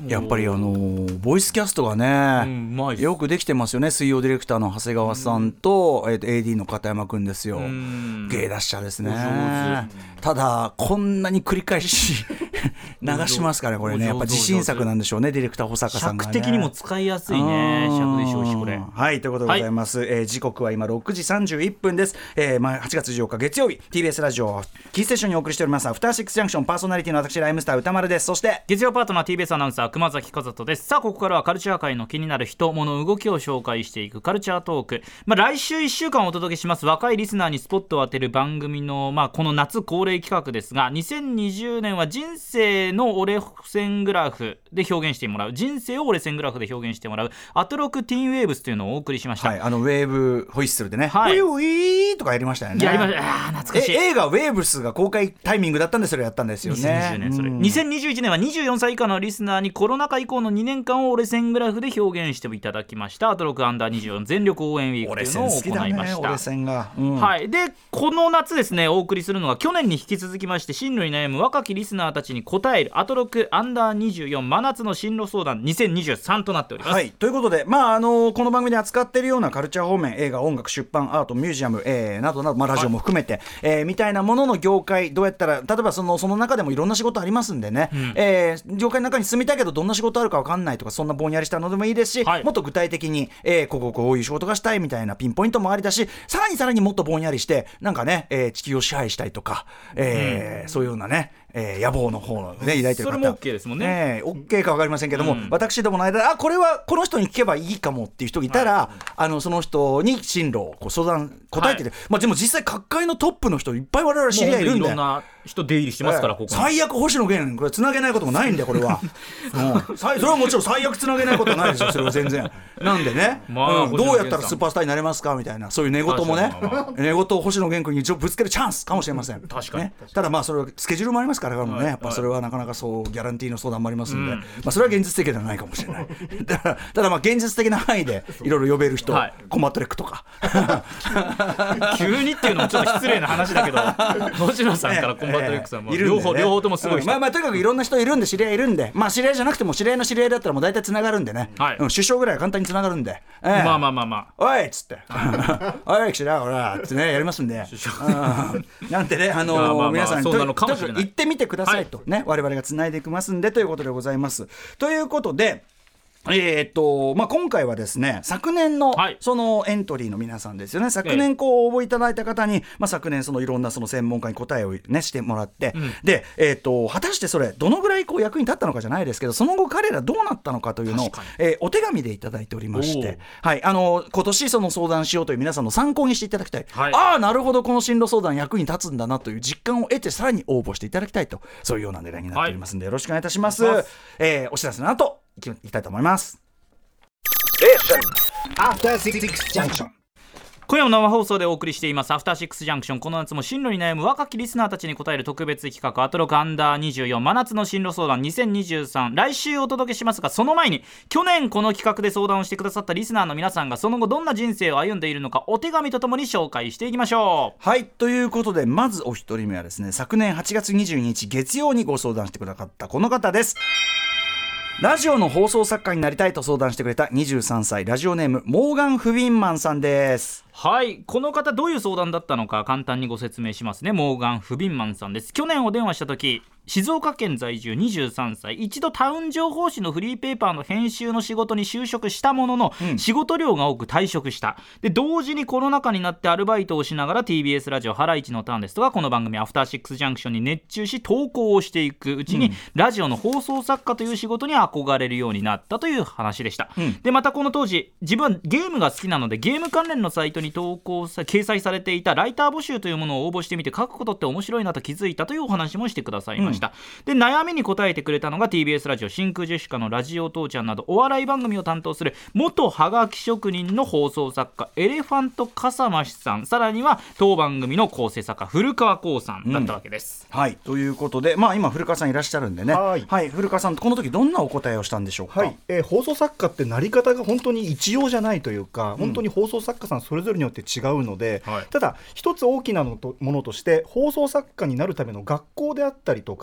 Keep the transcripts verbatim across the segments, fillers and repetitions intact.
やっぱりあのー、ボイスキャストがね、うん、まいよくできてますよね。水曜ディレクターの長谷川さんと、うん、えー、と エーディー の片山くんですよ、うん、芸達者ですね。ただこんなに繰り返し流しますからこれね、やっぱ自信作なんでしょうね、ディレクター保坂さんがね。 尺的にも使いやすいね、尺でしょうしこれ。 はい、ということでございます、はい、えー、時刻は今ろくじさんじゅういっぷんです、えーまあ、はちがつじゅうよっか月曜日 ティービーエス ラジオキーステーションにお送りしておりますアフターシックスジャンクション、パーソナリティの私ライムスター歌丸です。そして月曜パートナー ティービーエス アナウンサー熊崎和人です。さあここからはカルチャー界の気になる人物動きを紹介していくカルチャートーク、まあ、来週いっしゅうかんお届けします若いリスナーにスポットを当てる番組の、まあ、この夏恒例企画ですが、にせんにじゅうねんは人生の折れ線グラフで表現してもらう人生を折れ線グラフで表現してもらうアトロクティーンウェーブスというのをお送りしました。 はい、あのウェーブホイッスルでね、 はい、 ウィーウィーとかやりましたよね。 やりました。あ懐かしい。 映画ウェーブスが公開タイミングだったんでそれやったんですよね。 にせんにじゅうねんそれ、うん、にせんにじゅういちねんはにじゅうよんさい以下のリスナーにコロナ禍以降のにねんかんを折れ線グラフで表現していただきましたアトロクアンダーにじゅうよん全力応援ウィークというのを行いました。 折れ線が、うん、 はい、でこの夏ですねお送りするのが去年に引き続きまして進路に悩む若きリスナーたちに答えるアトロクアンダーにじゅうよん真夏の進路相談にせんにじゅうさんとなっております。 はい、ということで、まああのこの番組で扱っているようなカルチャー方面、映画、音楽、出版、アート、ミュージアム、えー、などなど、まあ、ラジオも含めて、はい、えー、みたいなものの業界どうやったら、例えばそのその中でもいろんな仕事ありますんでね、うん、えー、業界の中に住みたいけどどんな仕事あるか分かんないとかそんなぼんやりしたのでもいいですし、はい、もっと具体的に、えー、こここういう仕事がしたいみたいなピンポイントもありだし、さらにさらにもっとぼんやりしてなんかね、えー、地球を支配したいとか、えーうん、そういうようなね、えー、野望の方のね抱いてる方、 それも OK ですもんね、 えー、OK か分かりませんけども、うん、私どもの間あこれはこの人に聞けばいいかもっていう人いたら、はい、あのその人に進路をこう相談答えてて、はい、まあ、でも実際各界のトップの人いっぱい我々知り合いいるんで、 いろんな人出入りしてますから、えー、ここ最悪星野源これつなげないこともないんでこれは、うん、それはもちろん最悪つなげないことはないですよそれは全然なんでね、まあうん、どうやったらスーパースターになれますかみたいなそういう寝言もね、寝言を星野源君に一応ぶつけるチャンスかもしれません。 確かに、 ね、ただまあそれはスケジュールもありますからね、はい、やっぱそれはなかなかそうギャランティーの相談もありますんで、うん、まあ、それは現実的ではないかもしれないだからただまあ現実的な範囲でいろいろ呼べる人、はい、コマトレックとか急にっていうのもちょっと失礼な話だけど星野さんからコマトレックさんも、えーえー両方、両方ともすごい人、 うん、まあまあとにかくいろんな人いるんで知り合いいるんで、まあ知り合いじゃなくても知り合いの知り合いだったらもう大体つながるんでね、はい、うん、首相ぐらいは簡単につながるんで、 えー、まあまあまあまあおいっつっておい来てなほらってねやりますんでなんてね、あのーまあまあまあ、皆さんにとにかく行ってみてくださいと、はい、ね、我々がつないでいきますんでということでございます。ということでえーっとまあ、今回はですね昨年のそのエントリーの皆さんですよね、はい、昨年こう応募いただいた方に、まあ、昨年そのいろんなその専門家に答えを、ね、してもらって、うん、で、えーっと果たしてそれどのぐらいこう役に立ったのかじゃないですけどその後彼らどうなったのかというのを、えー、お手紙でいただいておりまして、はい、あの今年その相談しようという皆さんの参考にしていただきたい、はい、ああなるほどこの進路相談役に立つんだなという実感を得てさらに応募していただきたいとそういうような狙いになっておりますので、はい、よろしくお願いいたします。えー、お知らせの後いき、いきたいと思います。 今夜も生放送でお送りしていますアフターシックスジャンクション。この夏も進路に悩む若きリスナーたちに答える特別企画アトロクアンダーにじゅうよん真夏の進路相談にせんにじゅうさん、来週お届けしますがその前に去年この企画で相談をしてくださったリスナーの皆さんがその後どんな人生を歩んでいるのかお手紙とともに紹介していきましょう。 はい、ということでまずお一人目はですね昨年はちがつにじゅうににち月曜にご相談してくださったこの方です。ラジオの放送作家になりたいと相談してくれたにじゅうさんさいラジオネームモーガン・フビンマンさんです。 はい、この方どういう相談だったのか簡単にご説明しますね。モーガン・フビンマンさんです。去年お電話した時静岡県在住にじゅうさんさい、一度タウン情報誌のフリーペーパーの編集の仕事に就職したものの、うん、仕事量が多く退職した。で同時にコロナ禍になってアルバイトをしながら ティービーエス ラジオハライチのターンですとかこの番組アフターシックスジャンクションに熱中し投稿をしていくうちに、うん、ラジオの放送作家という仕事に憧れるようになったという話でした、うん、でまたこの当時自分はゲームが好きなのでゲーム関連のサイトに投稿さ掲載されていたライター募集というものを応募してみて書くことって面白いなと気づいたというお話もしてくださいました、うん、で悩みに答えてくれたのが ティービーエス ラジオ真空ジェシカのラジオ父ちゃんなどお笑い番組を担当する元はがき職人の放送作家エレファント笠間さん、さらには当番組の構成作家古川光さんだったわけです、 うん、はいということで、まあ、今古川さんいらっしゃるんでね、はい、はい、古川さんこの時どんなお答えをしたんでしょうか。 はい、えー、放送作家ってなり方が本当に一様じゃないというか、うん、本当に放送作家さんそれぞれによって違うので、はい、ただ一つ大きなのとものとして放送作家になるための学校であったりと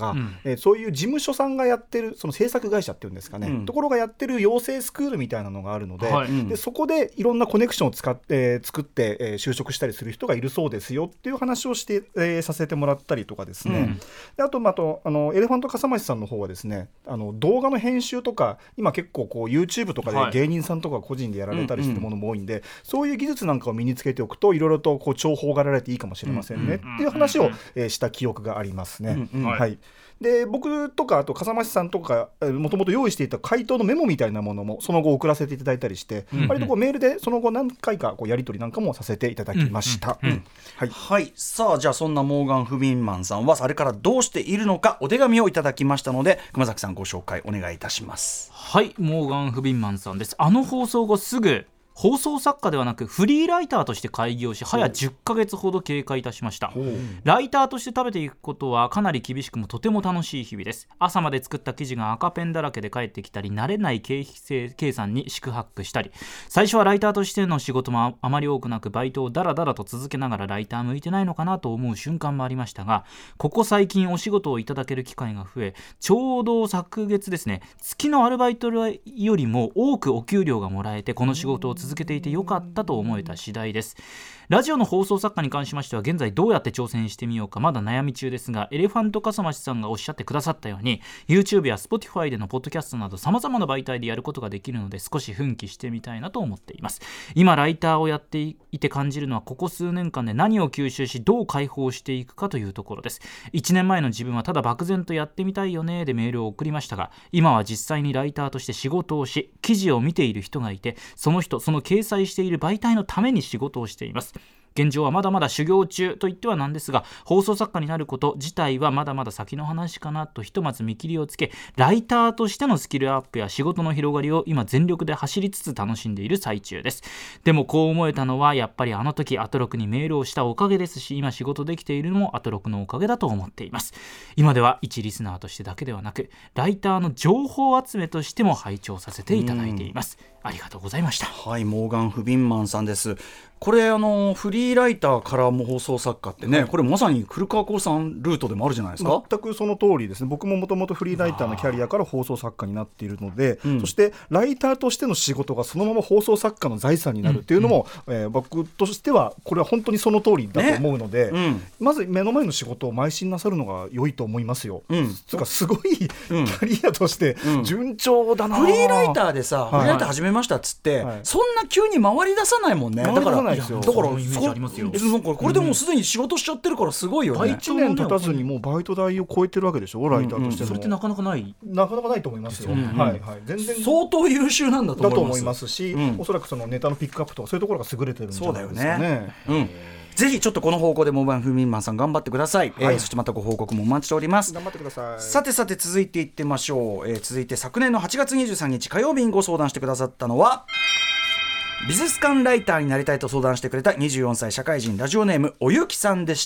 か、うんえー、そういう事務所さんがやってるその制作会社っていうんですかね、うん、ところがやってる養成スクールみたいなのがあるので、はい、でそこでいろんなコネクションを使って、えー、作って、えー、就職したりする人がいるそうですよっていう話をして、えー、させてもらったりとかですね、うん、であと、まあ、あとあのエレファント笠間さんの方はですね、あの動画の編集とか今結構こう YouTube とかで芸人さんとか個人でやられたりするものも多いんで、はいうんうん、そういう技術なんかを身につけておくといろいろとこう重宝がられていいかもしれませんね、うんうん、っていう話を、えー、した記憶がありますね、うんうんはい、で僕とかあと笠間さんとかもともと用意していた回答のメモみたいなものもその後送らせていただいたりして、うんうん、割とこうメールでその後何回かこうやり取りなんかもさせていただきました、うんうんうんはいはい、さあじゃあそんなモーガン・フビンマンさんはあれからどうしているのかお手紙をいただきましたので熊崎さんご紹介お願いいたします。 はい、モーガン・フビンマンさんです。あの放送後すぐ放送作家ではなくフリーライターとして開業し早じゅっかげつほど経過いたしました。ライターとして食べていくことはかなり厳しくもとても楽しい日々です。朝まで作った記事が赤ペンだらけで返ってきたり慣れない経費計算に四苦八苦したり、最初はライターとしての仕事もあまり多くなくバイトをダラダラと続けながらライター向いてないのかなと思う瞬間もありましたが、ここ最近お仕事をいただける機会が増え、ちょうど昨月ですね、月のアルバイトよりも多くお給料がもらえてこの仕事を続けていてよかったと思えた次第です。ラジオの放送作家に関しましては現在どうやって挑戦してみようかまだ悩み中ですが、エレファント笠間さんがおっしゃってくださったように YouTube や Spotify でのポッドキャストなど様々な媒体でやることができるので少し奮起してみたいなと思っています。今ライターをやっていて感じるのはここ数年間で何を吸収しどう解放していくかというところです。いちねんまえの自分はただ漠然とやってみたいよねでメールを送りましたが、今は実際にライターとして仕事をし記事を見ている人がいて、その人その掲載している媒体のために仕事をしています。現状はまだまだ修行中と言ってはなんですが、放送作家になること自体はまだまだ先の話かなとひとまず見切りをつけ、ライターとしてのスキルアップや仕事の広がりを今全力で走りつつ楽しんでいる最中です。でもこう思えたのはやっぱりあの時アトロクにメールをしたおかげですし、今仕事できているのもアトロクのおかげだと思っています。今では一リスナーとしてだけではなくライターの情報集めとしても拝聴させていただいています。ありがとうございました。 はい、モーガン・フビンマンさんです。これあのフリーライターからも放送作家ってね、これまさに古川光さんルートでもあるじゃないですか。 全くその通りですね。僕ももともとフリーライターのキャリアから放送作家になっているので、うん、そしてライターとしての仕事がそのまま放送作家の財産になるっていうのも、うんえー、僕としてはこれは本当にその通りだと思うので、ねうん、まず目の前の仕事を邁進なさるのが良いと思いますよ、うん、つうかすごいキャリアとして順調だな、 うん、フリーライターでさ、はい、フリーライター始めましたっつって、はい、そんな急に回り出さないもんね。だからないですよ。 だからありますよ。これでもうすでに仕事しちゃってるからすごいよね。 いちねん経たずにもうバイト代を超えてるわけでしょ、ライターとしての、うんうん、 それってなかなかないなかなかないと思いますよ、うんうんはいはい、全然相当優秀なんだと思いますだと思いますし、うん、おそらくそのネタのピックアップとかそういうところが優れてるんじゃないですかね。そうだよね、 うんぜひちょっとこの方向でモーガン・フビンマンさん頑張ってください、はいえー、そしてまたご報告もお待ちしております。 頑張ってください。 さてさて続いていってみましょう、えー、続いて昨年のはちがつにじゅうさんにち火曜日にご相談してくださったのは美術館ライターになりたいと相談してくれたにじゅうよんさい社会人ラジオネームおゆきさんでした。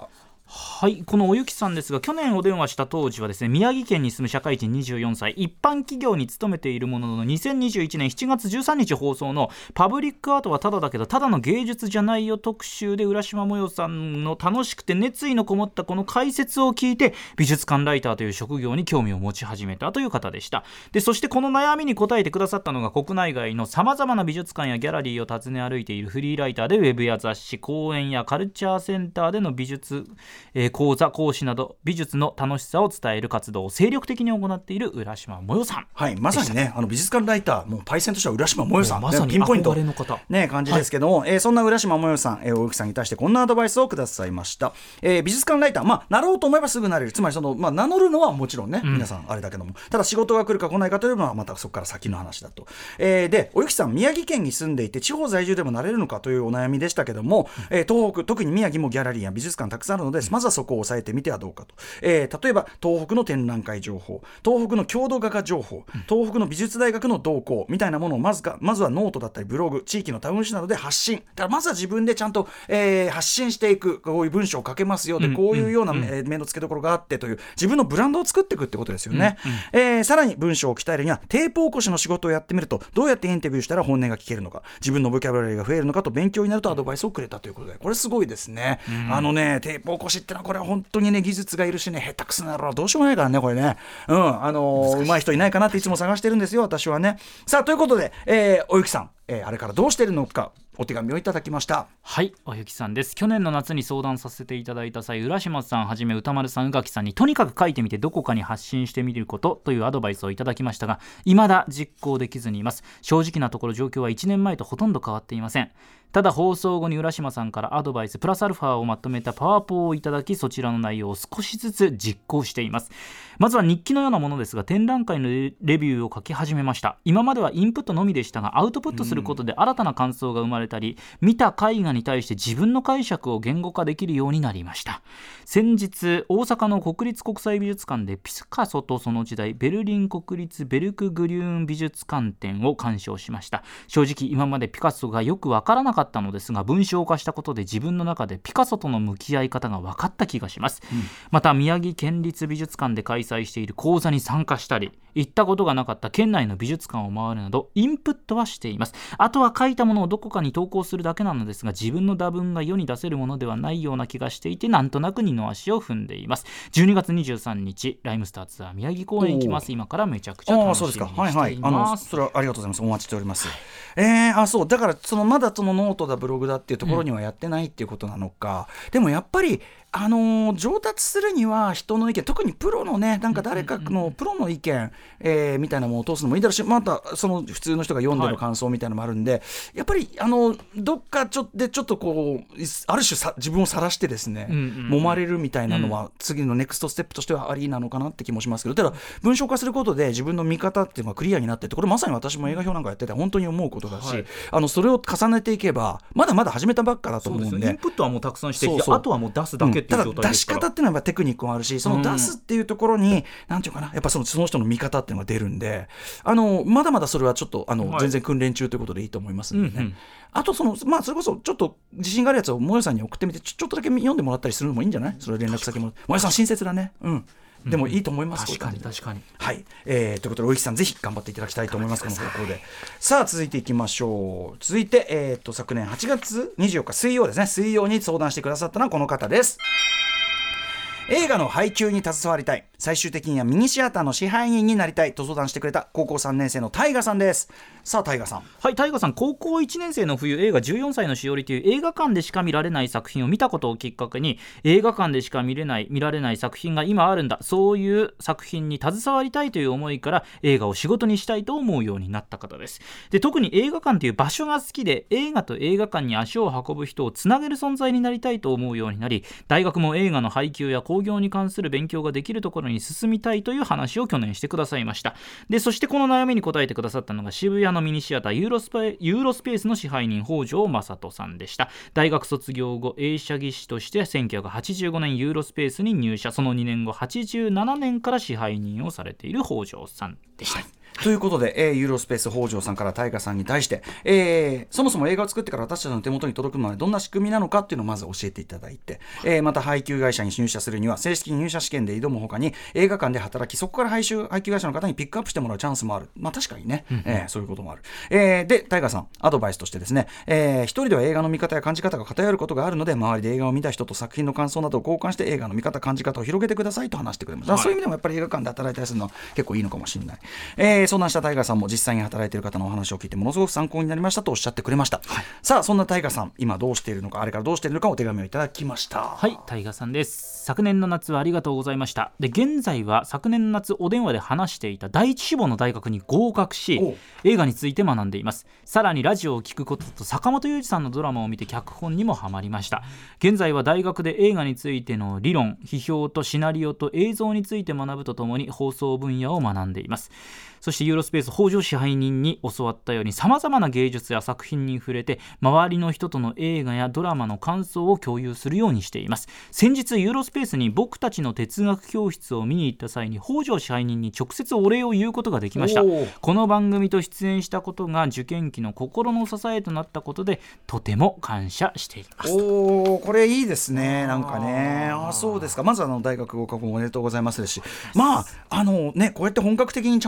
はい、このおゆきさんですが去年お電話した当時はですね、宮城県に住む社会人にじゅうよんさい、一般企業に勤めているもののにせんにじゅういちねんしちがつじゅうさんにち放送のパブリックアートはただだけどただの芸術じゃないよ特集で浦島もよさんの楽しくて熱意のこもったこの解説を聞いて美術館ライターという職業に興味を持ち始めたという方でした。でそしてこの悩みに答えてくださったのが国内外のさまざまな美術館やギャラリーを訪ね歩いているフリーライターでウェブや雑誌講演やカルチャーセンターでの美術、えー、講座講師など美術の楽しさを伝える活動を精力的に行っている浦島もよさん。 はい、まさにねあの美術館ライターもうパイセンとしては浦島もよさん、 まさにピンポイント憧れの方、 ね、感じですけども、はいえー、そんな浦島もよさん、えー、大木さんに対してこんなアドバイスをくださいました。えー、美術館ライター、まあ、なろうと思えばすぐなれる、つまりその、まあ、名乗るのはもちろんね、うん、皆さんあれだけども、ただ仕事が来るか来ないかというのはまたそこから先の話だと。えー、でおゆきさん宮城県に住んでいて地方在住でもなれるのかというお悩みでしたけども、うんえー、東北特に宮城もギャラリーや美術館たくさんあるので、うん、まずはそこを抑えてみてはどうかと。えー、例えば東北の展覧会情報、東北の郷土画家情報、東北の美術大学の動向みたいなものをまずかまずはノートだったりブログ、地域のタウン誌などで発信。だからまずは自分でちゃんと、えー、発信していく、こういう文章を書けますよで、こういうような、うんうんえー、目の付けどころがあってという自分のブランドを作っていくってことですよね。うんうんえー、さらに文章を鍛えるにはテープ起こしの仕事をやってみるとどうやってインタビューしたら本音が聞けるのか、自分のボキャブラリーが増えるのかと勉強になるとアドバイスをくれたということで、これすごいですね。うん、あのねテープ起こししってのはこれは本当にね技術がいるしね、下手くそな野郎どうしようもないからねこれね、うんあのー、上手い人いないかなっていつも探してるんですよ私はね。さあということで、えー、おゆきさん、えー、あれからどうしているのかお手紙をいただきました。 はい、おゆきさんです。去年の夏に相談させていただいた際、浦島さんはじめ歌丸さん、宇垣さんにとにかく書いてみてどこかに発信してみることというアドバイスをいただきましたが、未だ実行できずにいます。正直なところ状況はいちねんまえとほとんど変わっていません。ただ放送後に浦島さんからアドバイスプラスアルファをまとめたパワポをいただき、そちらの内容を少しずつ実行しています。まずは日記のようなものですが、展覧会のレビューを書き始めました。今まではインプットのみでしたが、アウトプットすることで新たな感想が生まれたり、見た絵画に対して自分の解釈を言語化できるようになりました。先日大阪の国立国際美術館でピカソとその時代ベルリン国立ベルクグリューン美術館展を鑑賞しました。正直今までピカソがよくわからなかったのですが、文章化したことで自分の中でピカソとの向き合い方が分かった気がします、うん、また宮城県立美術館で開催している講座に参加したり、行ったことがなかった県内の美術館を回るなどインプットはしています。あとは書いたものをどこかに投稿するだけなのですが、自分の打分が世に出せるものではないような気がしていて、なんとなく二の足を踏んでいます。じゅうにがつにじゅうさんにちライムスターツアー宮城公演行きます。今からめちゃくちゃ楽しみにしています。 はいはい、あのそれはありがとうございます。お待ちしております、はい。えー、あそうだからそのまだそのノートだブログだっていうところにはやってないっていうことなのか、うん、でもやっぱりあのー、上達するには人の意見、特にプロのね、なんか誰かのプロの意見、えー、みたいなものを通すのもいいだろうし、またその普通の人が読んでる感想みたいなのもあるんで、はい、やっぱりあのどっかちょっとでちょっとこうある種さ自分を晒してですね、うんうんうん、揉まれるみたいなのは、うん、次のネクストステップとしてはありなのかなって気もしますけど、ただ文章化することで自分の見方っていうのがクリアになってって、これまさに私も映画表なんかやってて本当に思うことだし、はい、あのそれを重ねていけばまだまだ始めたばっかだと思うんで、そうですね、 インプットはもうたくさんしてきて、そうそう、あとはもう出すだけっていう状態ですから、 うん、ただ出し方っていうのはテクニックもあるし、その出すっていうところに、うん、なんていうかな、やっぱその、その人の見方っていうのが出るんで、あのまだまだそれはちょっとあの、はい、全然訓練中ということでいいと思いますんでね、うんうん、あとその、まあ、それこそちょっと自信があるやつをもよさんに送ってみてちょ、ちょっとだけ読んでもらったりするのもいいんじゃない？それ連絡先ももよさん親切だね、うんでもいいと思います、 うん、確かに確かに、 はい、えー、ということでおゆきさんぜひ頑張っていただきたいと思います。この方向でさあ続いていきましょう。続いて、えー、と昨年はちがつにじゅうよっか水曜ですね、水曜に相談してくださったのはこの方です。映画の配給に携わりたい、最終的にはミニシアターの支配人になりたいと相談してくれた高校さんねん生のタイガさんです。さあタイガさん、 はい、タイガさん高校いちねん生の冬、映画じゅうよんさいのしおりという映画館でしか見られない作品を見たことをきっかけに、映画館でしか見れない見られない作品が今あるんだ、そういう作品に携わりたいという思いから映画を仕事にしたいと思うようになった方です。で特に映画館という場所が好きで、映画と映画館に足を運ぶ人をつなげる存在になりたいと思うようになり、大学も映画の配給や興行に関する勉強ができるところに進みたいという話を去年してくださいました。でそしてこの悩みに答えてくださったのが渋谷のミニシアターユーロスペ、ユーロスペースの支配人北条正人さんでした。大学卒業後映写技師としてせんきゅうひゃくはちじゅうごねんユーロスペースに入社、そのにねんごはちじゅうななねんから支配人をされている北条さんでした、はい。 ということで、えー、ユーロスペース北条さんから大河さんに対して、えー、そもそも映画を作ってから私たちの手元に届くまでどんな仕組みなのかっていうのをまず教えていただいて、えー、また配給会社に入社するには正式に入社試験で挑むほかに映画館で働き、そこから配給配給会社の方にピックアップしてもらうチャンスもある。まあ確かにね、うんえー、そういうこともある、えー、で大河さんアドバイスとしてですね、えー、一人では映画の見方や感じ方が偏ることがあるので、周りで映画を見た人と作品の感想などを交換して映画の見方感じ方を広げてくださいと話してくれます、はい、そういう意味でもやっぱり映画館で働いたりするのは結構いいのかもしれない、えー、相談した大河さんも実際に働いている方のお話を聞いてものすごく参考になりましたとおっしゃってくれました、はい、さあそんな大河さん今どうしているのか、あれからどうしているのかお手紙をいただきました。 はい、大河さんです。昨年の夏はありがとうございました。で現在は昨年の夏お電話で話していた第一志望の大学に合格し、映画について学んでいます。さらにラジオを聞くことと坂本雄二さんのドラマを見て脚本にもハマりました。現在は大学で映画についての理論、批評とシナリオと映像について学ぶとともに放送分野を学んでいます。そしてユーロスペース北条支配人に教わったようにさまざまな芸術や作品に触れて周りの人との映画やドラマの感想を共有するようにしています。先日ユーロスペースに僕たちの哲学教室を見に行った際に北条支配人に直接お礼を言うことができました。この番組と出演したことが受験期の心の支えとなったことでとても感謝しています。 おーこれいいですね。なんかねあそうですか。まずあの大学合格おめでとうございますですし、まああのねこうやって本格的にちゃんと勉強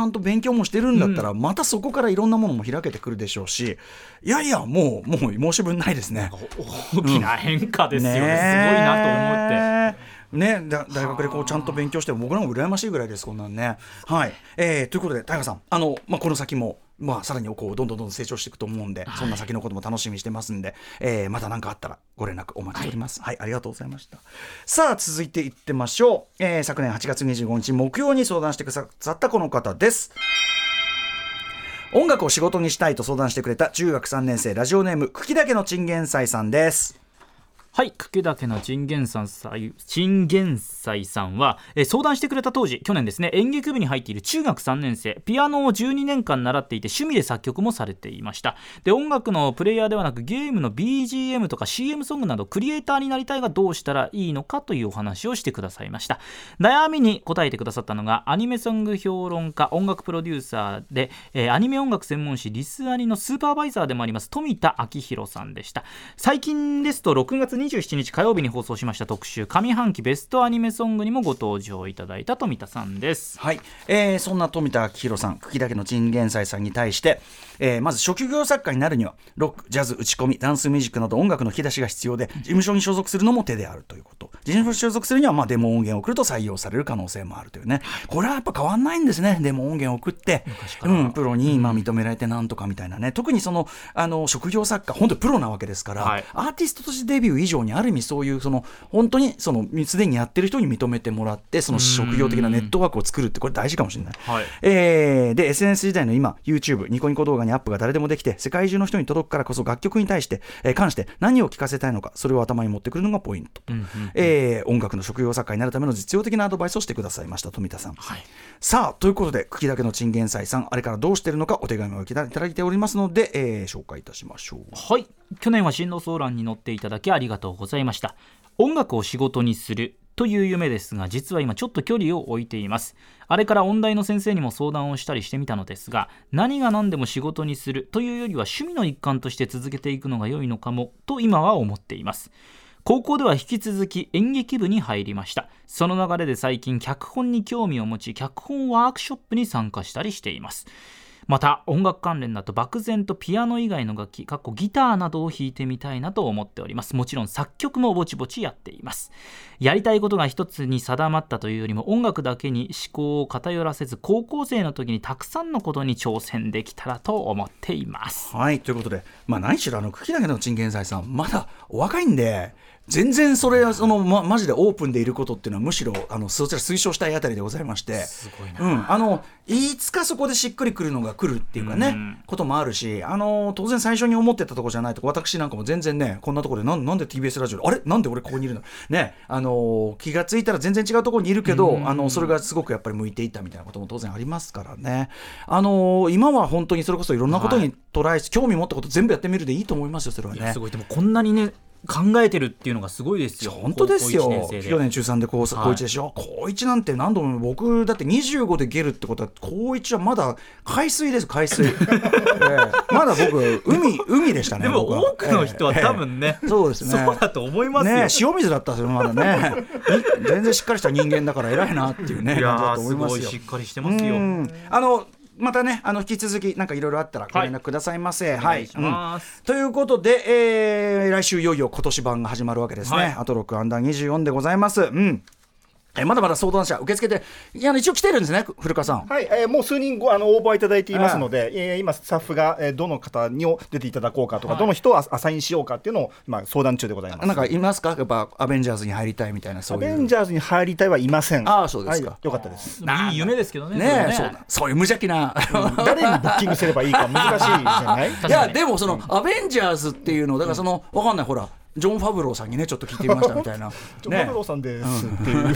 強もしてるんだったら、うん、またそこからいろんなものも開けてくるでしょうし、いやいやもうもう申し分ないですね。 大きな変化ですよね、うん、ね、すごいなと思ってね、だ大学でこうちゃんと勉強して僕らも羨ましいぐらいです、こんなんね。はい、えー、ということで大河さん、あの、まあ、この先も、まあ、さらにこうどんどんどんどん成長していくと思うんで、はい、そんな先のことも楽しみにしてますんで、えー、また何かあったらご連絡お待ちしております。はい、はい、ありがとうございました。さあ続いていってみましょう。えー、昨年はちがつにじゅうごにち木曜に相談してくださったこの方です。音楽を仕事にしたいと相談してくれた中学さんねん生、ラジオネーム茎だけのチンゲンサイさんです。 はい、茎だけのチンゲンサイチンゲンサイさんは、えー、相談してくれた当時、去年ですね、演劇部に入っている中学さんねん生、ピアノをじゅうにねんかん習っていて趣味で作曲もされていました。で、音楽のプレイヤーではなくゲームの ビージーエム とか シーエム ソングなどクリエイターになりたいがどうしたらいいのかというお話をしてくださいました。悩みに答えてくださったのがアニメソング評論家、音楽プロデューサーで、えー、アニメ音楽専門誌リスアニのスーパーバイザーでもあります富田明宏さんでした。最近ですとろくがつにじゅうしちにち火曜日に放送しました特集上半期ベストアニメソングにもご登場いただいた富田さんです。 はい、えー、そんな富田明宏さん、茎だけのチンゲンサイさんに対して、えー、まず職業作家になるにはロック、ジャズ、打ち込み、ダンスミュージックなど音楽の引き出しが必要で、事務所に所属するのも手であるということ。事務所に所属するにはまあデモ音源を送ると採用される可能性もあるというね。これはやっぱ変わんないんですね。デモ音源を送って、うん、プロにまあ認められてなんとかみたいなね。特にそのあの職業作家、本当にプロなわけですから、はい、アーティストとしてデビュー以上にある意味そういうその本当にそのすでにやってる人に認めてもらって、その職業的なネットワークを作るってこれ大事かもしれない。はい、えー、で エスエヌエス 時代の今 YouTube、ニコニコ動画にアップが誰でもできて世界中の人に届くからこそ楽曲に対して、えー、関して何を聴かせたいのか、それを頭に持ってくるのがポイント、うんうんうん、えー、音楽の職業作家になるための実用的なアドバイスをしてくださいました富田さん。はい、さあということで茎だけのチンゲンサイさん、あれからどうしているのかお手紙をいただいておりますので、えー、紹介いたしましょう。 はい、去年は進路相談に乗っていただきありがとうございました。音楽を仕事にするという夢ですが、実は今ちょっと距離を置いています。あれから音大の先生にも相談をしたりしてみたのですが、何が何でも仕事にするというよりは趣味の一環として続けていくのが良いのかもと今は思っています。高校では引き続き演劇部に入りました。その流れで最近脚本に興味を持ち、脚本ワークショップに参加したりしています。また音楽関連だと漠然とピアノ以外の楽器、かっこギターなどを弾いてみたいなと思っております。もちろん作曲もぼちぼちやっています。やりたいことが一つに定まったというよりも、音楽だけに思考を偏らせず、高校生の時にたくさんのことに挑戦できたらと思っています。 はい、ということで、まあ、何しろあの茎だけのチンゲンサイさんまだお若いんで、全然それはその、ま、マジでオープンでいることっていうのはむしろあのそちら推奨したいあたりでございまして、すごいな、うん、あのいつかそこでしっくりくるのが来るっていうかね、うん、こともあるし、あの当然最初に思ってたとこじゃないと、私なんかも全然ねこんなところで な, なんで ティービーエス ラジオであれなんで俺ここにいるのね、あの気がついたら全然違うところにいるけど、うん、あのそれがすごくやっぱり向いていったみたいなことも当然ありますからね。あの今は本当にそれこそいろんなことにトライし、はい、興味持ったこと全部やってみるでいいと思いますよ。それはね、いやすごい。でもこんなにね考えてるっていうのがすごいですよ。 本当ですよ。去年中さんで高いちでしょ、はい、高いちなんて何度も、僕だってにじゅうごでゲルってことは高いちはまだ海水です海水、えー、まだ僕海海でしたね。 でも多くの人は多分ね、えー、そうですね、そうだと思いますよ、 ね、塩水だったんですよまだね全然しっかりした人間だから偉いなっていうね。 いやーすごいしっかりしてますよ。 あのまたね、あの引き続きなんかいろいろあったらご連絡くださいませ。はい、はい、お願いします、うん、ということで、えー、来週いよいよ今年版が始まるわけですね。はい、アトロックアンダーにじゅうよんでございます。うん。えまだまだ相談者受け付けて、いや一応来てるんですね、古川さん。 はい、えー、もう数人ごあの応募いただいていますので、えー、今スタッフが、えー、どの方にを出ていただこうかとか、はい、どの人をアサインしようかっていうのを今相談中でございます。 なんかいますか、やっぱアベンジャーズに入りたいみたいな。そういうアベンジャーズに入りたいはいません。 ああそうですか、はい、 よかったです。 いい夢ですけど ね, ね, ね, そうだそういう無邪気な、 うん、誰にブッキングすればいいか難しいじゃないいやでもその、うん、アベンジャーズっていうのだからその分かんない、ほらジョン・ファブローさんにねちょっと聞いてみましたみたいなジョン・ファブローさんですっていう、うん、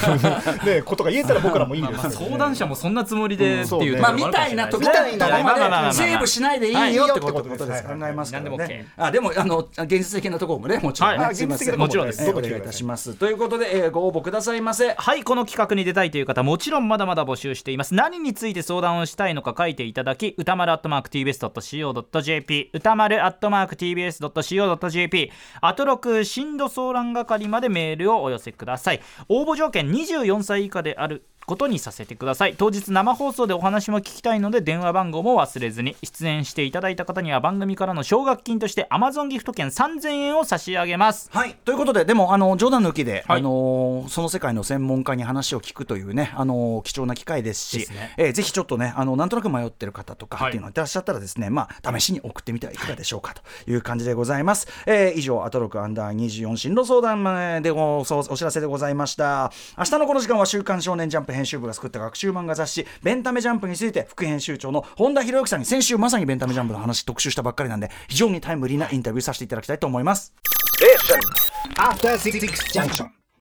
ね、ことが言えたら僕らもいいです、ね、まあ、まあ相談者もそんなつもりで、うん、っていう、 ね、まあみたいなところでセーブしないでいいよってことです。考えますからね。で, あでもあの現実的なところもねもちろんね、はい、 すいませんもちろんです、 お願いいたします。ということで、えー、ご応募くださいませ。 はい、この企画に出たいという方もちろんまだまだ募集しています。何について相談をしたいのか書いていただき、歌丸アットマーク ティービーエスドットシーオードットジェーピー 歌丸アットマーク ティービーエスドットシーオードットジェーピー アトロク進路相談係までメールをお寄せください。応募条件にじゅうよんさい以下であることにさせてください。当日生放送でお話も聞きたいので電話番号も忘れずに。出演していただいた方には番組からの奨学金として Amazon ギフト券さんぜんえんを差し上げます。 はい、ということで、でもあの冗談抜きで、はい、あのその世界の専門家に話を聞くというね、あの貴重な機会ですし、ですね、えー、ぜひちょっとね、あのなんとなく迷ってる方とかっていうのがいらっしゃったらですね、はい、まあ、試しに送ってみてはいかがでしょうかという感じでございます。えー、以上アトロクアンダーにじゅうよん進路相談で お, お知らせでございました。明日のこの時間は週刊少年ジャンプ編集部が作った学習漫画雑誌ベンタメジャンプについて副編集長の本田博之さんに先週まさにベンタメジャンプの話特集したばっかりなんで非常にタイムリーなインタビューさせていただきたいと思います。After シックス junction